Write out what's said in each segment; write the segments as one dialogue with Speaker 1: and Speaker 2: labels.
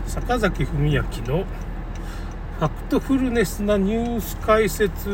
Speaker 1: 坂崎文明のファクトフルネスなニュース解説。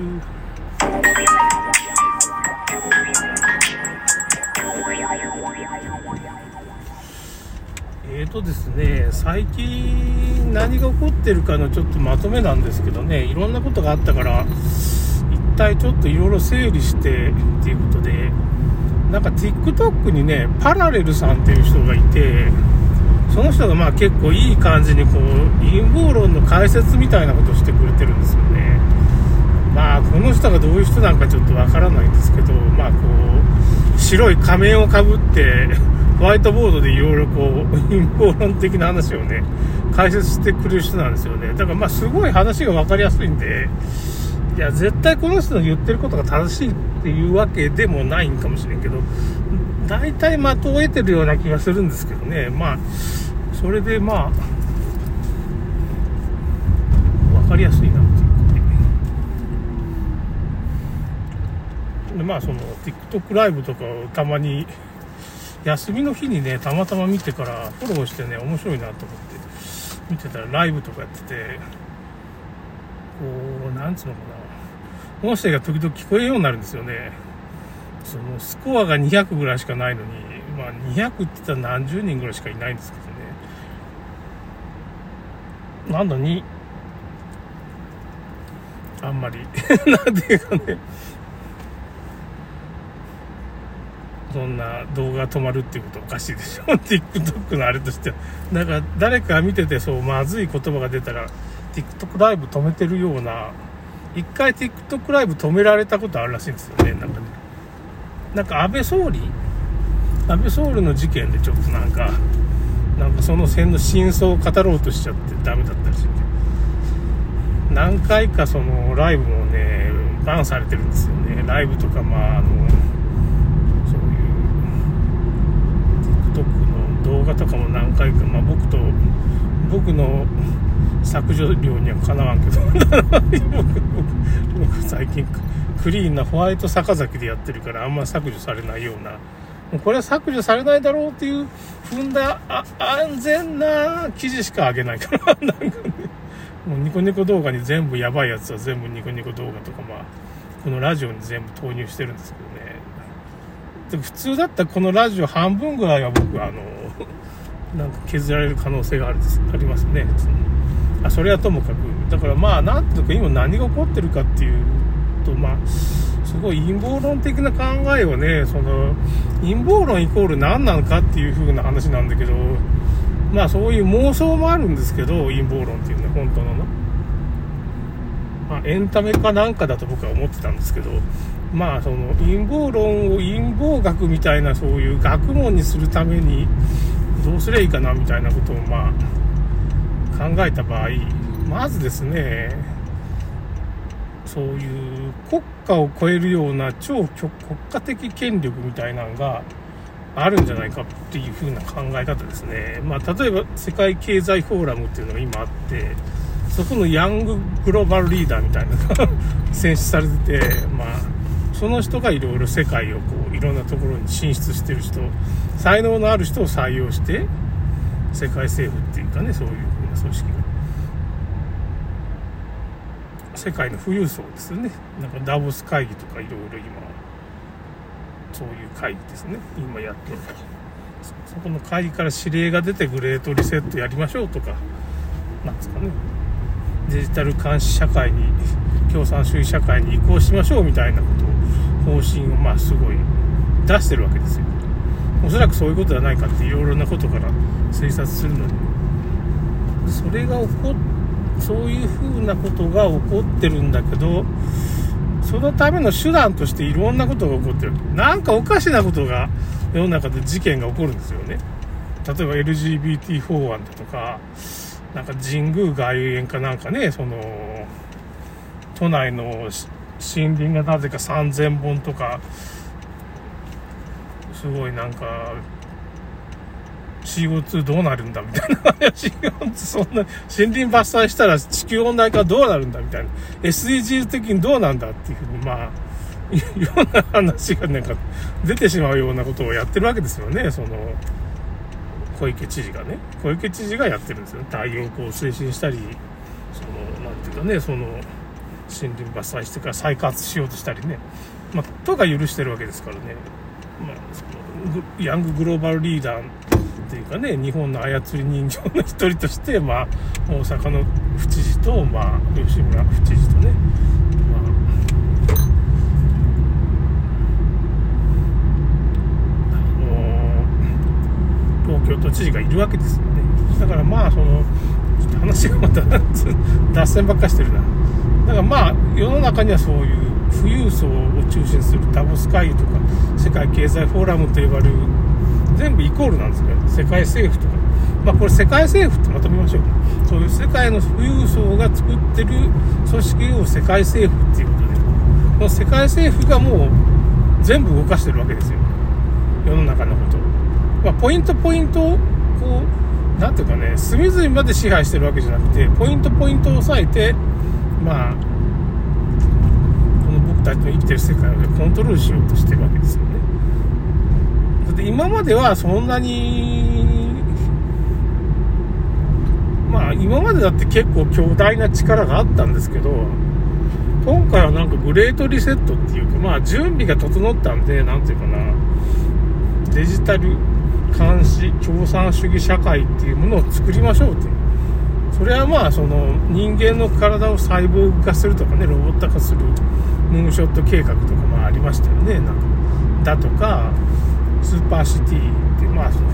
Speaker 1: ですね、最近何が起こってるかのちょっとまとめなんですけどね、いろんなことがあったから一体ちょっといろいろ整理してっていうことで、なんか TikTok にねパラレルさんっていう人がいて、その人がまあ結構いい感じにこう陰謀論の解説みたいなことをしてくれてるんですよね。まあこの人がどういう人なんかちょっとわからないんですけど、まあこう白い仮面をかぶってホワイトボードでいろいろこう陰謀論的な話をね解説してくれる人なんですよね。だからまあすごい話が分かりやすいんで、いや絶対この人の言ってることが正しいっていうわけでもないんかもしれんけど、大体的を得てるような気がするんですけどね。まあそれでまあ分かりやすいなっていうことで、まあその TikTok ライブとかをたまに休みの日にねたまたま見てからフォローしてね面白いなと思って見てたら、ライブとかやってて、こうなんつうのかな、音声が時々聞こえるようになるんですよね。そのスコアが200ぐらいしかないのに、まあ200って言ったら何十人ぐらいしかいないんですけどね、なのにあんまりなんていうかね、そんな動画が止まるっていうことおかしいでしょTikTok のあれとしては。なんか誰かが見ててそうまずい言葉が出たら TikTok ライブ止めてるような、一回 TikTok ライブ止められたことあるらしいんですよね。なんか安倍総理の事件でちょっとなんかその辺の真相を語ろうとしちゃってダメだったらしいんで、何回かそのライブもねバンされてるんですよね。ライブとかまあ動画とかも何回か、まあ、僕の削除量にはかなわんけど僕最近クリーンなホワイト坂崎でやってるからあんま削除されないような、もうこれは削除されないだろうっていう踏んだ安全な記事しか上げないからなんかね、もうニコニコ動画に全部やばいやつは全部ニコニコ動画とか、まあこのラジオに全部投入してるんですけどね。で普通だったらこのラジオ半分ぐらいは僕なんか削られる可能性がありますね。それはともかく、だからまあなんとか今何が起こってるかっていうと、まあすごい陰謀論的な考えをね、その陰謀論イコール何なのかっていう風な話なんだけど、まあそういう妄想もあるんですけど、陰謀論っていうのは本当のまあエンタメかなんかだと僕は思ってたんですけど、まあその陰謀論を陰謀学みたいなそういう学問にするためにどうすりゃいいかなみたいなことをまあ考えた場合、まずですね、そういう国家を超えるような超国家的権力みたいなのがあるんじゃないかっていう風な考え方ですね。まあ例えば世界経済フォーラムっていうのが今あって、そこのヤンググローバルリーダーみたいなのが選出されてて、まあその人がいろいろ世界をこういろんなところに進出してる人、才能のある人を採用して世界政府っていうかね、そういう風な組織が世界の富裕層ですよね。なんかダボス会議とかいろいろ今そういう会議ですね今やってる。そこの会議から指令が出てグレートリセットやりましょうとか、なんですかね、デジタル監視社会に共産主義社会に移行しましょうみたいなことを方針をまあすごい出してるわけですよ。おそらくそういうことではないかっていろいろなことから推察するのに、それがそういう風なことが起こってるんだけど、そのための手段としていろんなことが起こってる。なんかおかしなことが世の中で事件が起こるんですよね。例えば LGBT 法案だとか、なんか神宮外苑かなんかね、その都内の森林がなぜか3000本とか、すごいなんか CO2 どうなるんだみたいな話が、そんな森林伐採したら地球温暖化どうなるんだみたいな、 SDGs 的にどうなんだっていうふうに、まあいろんな話がなんか出てしまうようなことをやってるわけですよね。その小池知事がやってるんですよ。太陽光を推進したり、なんていうかね、森林伐採してから再活しようとしたりね、とか許してるわけですからね。ヤンググローバルリーダーっていうかね、日本の操り人形の一人として、大阪の府知事と、吉村府知事とね、東京都知事がいるわけですよね。だから話がまた脱線ばっかしてるな。だから世の中にはそういう富裕層を中心するダボス会議とか世界経済フォーラムと呼ばれる全部イコールなんですけど、世界政府とか、これ世界政府ってまとめましょう。そういう世界の富裕層が作ってる組織を世界政府っていうことで、この世界政府がもう全部動かしてるわけですよ、世の中のことを。ポイントをなんていうかね、隅々まで支配してるわけじゃなくて、ポイントを押さえて、この僕たちの生きてる世界をコントロールしようとしてるわけですよね。だって今まではそんなに、今までだって結構強大な力があったんですけど、今回はグレートリセットっていうか、準備が整ったんで、なんていうかな、デジタル監視共産主義社会っていうものを作りましょうっていう。それは人間の体をサイボーグ化するとかね、ロボット化するムーンショット計画とかありましたよね。だとかスーパーシティって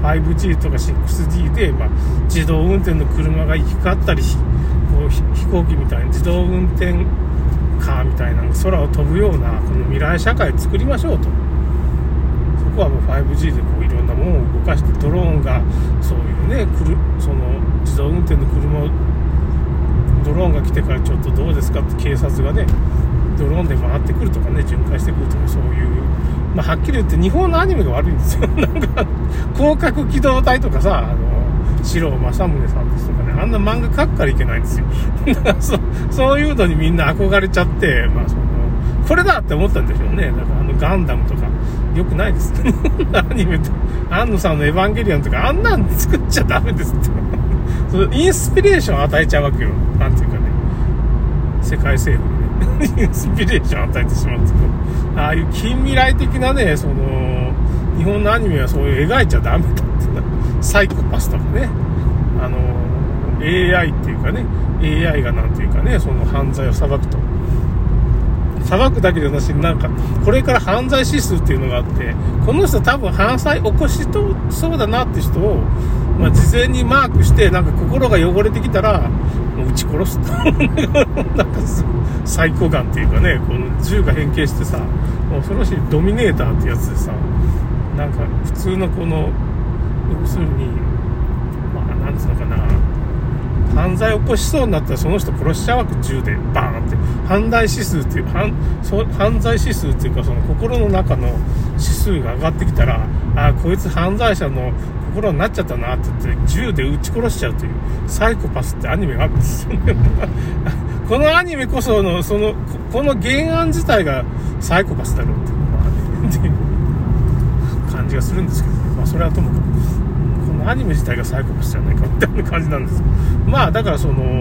Speaker 1: 5G とか 6D で自動運転の車が行き交ったり飛行機みたいに自動運転カーみたいな空を飛ぶようなこの未来社会を作りましょうと。そこはもう 5G でいろんなものを動かして、ドローンがそういうね、自動運転の車をドローンが来てからちょっとどうですかって警察がね、ドローンで回ってくるとかね、巡回してくるとか、そういうはっきり言って日本のアニメが悪いんですよ。広角機動隊とかさ、四郎正宗さんですとかね、あんな漫画描くからいけないんですよ。そういうのにみんな憧れちゃって、これだって思ったんでしょうね。だからガンダムとか良くないですね。アニメと安野さんのエヴァンゲリオンとかあんなん作っちゃダメですって。そのインスピレーションを与えちゃうわけよ。なんていうかね、世界政府にねインスピレーションを与えてしまうんですけど、ああいう近未来的なね、日本のアニメはそういう描いちゃダメだってサイコパスとかね、AI っていうかね、AI がなんていうかね、犯罪を裁くと。裁くだけでなしにこれから犯罪指数っていうのがあって、この人多分犯罪起こしそうだなって人を、事前にマークして、心が汚れてきたらもう撃ち殺すと。サイコガンっていうかね、この銃が変形してさ、恐ろしいドミネーターってやつでさ、普通の要するになんつうのかな、犯罪を起こしそうになったらその人殺しちゃうわけ、銃でバーンって。犯罪指数っていう犯罪指数っていうか、心の中の指数が上がってきたら、こいつ犯罪者の心になっちゃったなって言って銃で撃ち殺しちゃうというサイコパスってアニメがあるんですよね。このアニメこそこの原案自体がサイコパスだろうっていう感じがするんですけどね。それはともかくこのアニメ自体がサイコパスじゃないかみたいな感じなんです。だから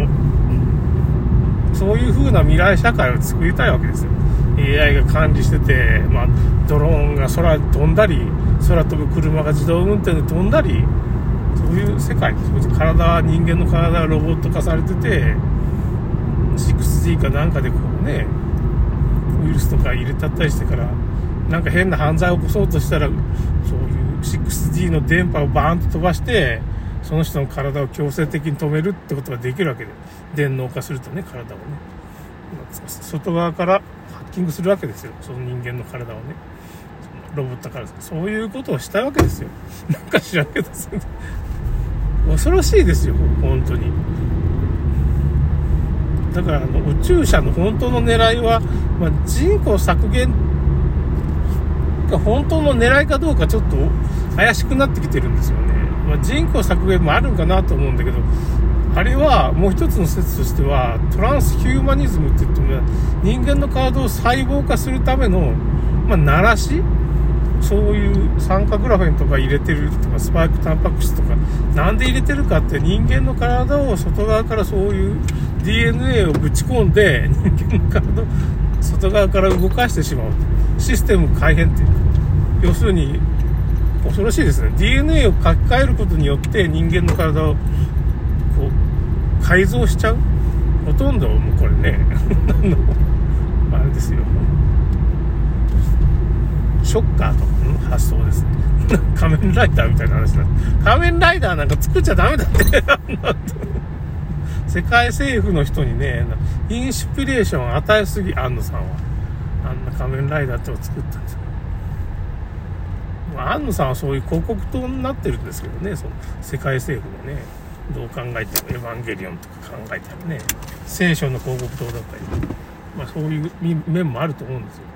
Speaker 1: そういう風な未来社会を作りたいわけですよ。AI が管理してて、ドローンが空飛んだり、空飛ぶ車が自動運転で飛んだり、そういう世界です。人間の体がロボット化されてて、6D かなんかでウイルスとか入れたったりしてから、変な犯罪を起こそうとしたら、そういう 6D の電波をバーンと飛ばして、その人の体を強制的に止めるってことができるわけで、電脳化するとね、体をね、外側からハッキングするわけですよ、その人間の体をね、ロボットから。そういうことをしたわけですよ。知らんけど、恐ろしいですよ、本当に。だから宇宙車の本当の狙いは、人口削減が本当の狙いかどうかちょっと怪しくなってきてるんですよね。人口削減もあるんかなと思うんだけど、あれはもう一つの説としてはトランスヒューマニズムって言っても、人間の体を細胞化するための、慣らしそういう酸化グラフェンとか入れてるとかスパイクタンパク質とかなんで入れてるかって人間の体を外側からそういう DNA をぶち込んで人間の体を外側から動かしてしまうシステム改変っていう要するに恐ろしいですね。 DNA を書き換えることによって人間の体をこう改造しちゃう。ほとんどもうこれねあれですよ、ショッカーとかの発想ですね仮面ライダーみたいな話だ。仮面ライダーなんか作っちゃダメだって世界政府の人にねインスピレーションを与えすぎ、庵野さんはあんな仮面ライダーってのを作ったんですよ。庵野さんはそういう広告塔になってるんですけどね、その世界政府のね、どう考えてもエヴァンゲリオンとか考えたらね、聖書の広告塔だったり、まあそういう面もあると思うんです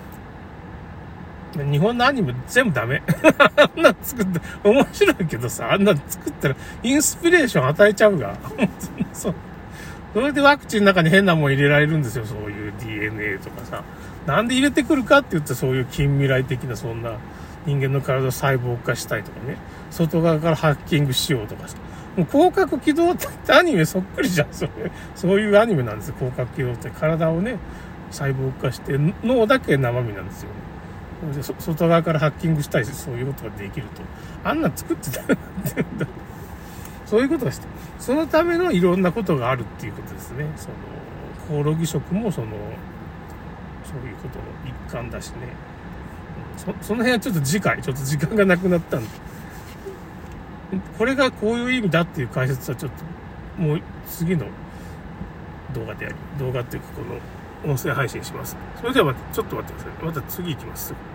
Speaker 1: よ。日本のアニメ全部ダメあんな作って面白いけどさ、あんな作ったらインスピレーション与えちゃうがそれでワクチンの中に変なもん入れられるんですよ。そういう DNA とかさ、なんで入れてくるかって言ったらそういう近未来的なそんな人間の体を細胞化したいとかね、外側からハッキングしようとかさ、もう広角機動隊ってアニメそっくりじゃん。そういうアニメなんですよ。広角機動隊、体をね細胞化して脳だけ生身なんですよね。で外側からハッキングしたりそういうことができると、あんな作ってたなんてそういうことがして、そのためのいろんなことがあるっていうことですね。そのコオロギ食もそういうことの一環だしね。その辺はちょっと次回ちょっと時間がなくなったんで、これがこういう意味だっていう解説はちょっともう次の動画で動画っていうかこの音声配信します。それではちょっと待ってください。また次行きます。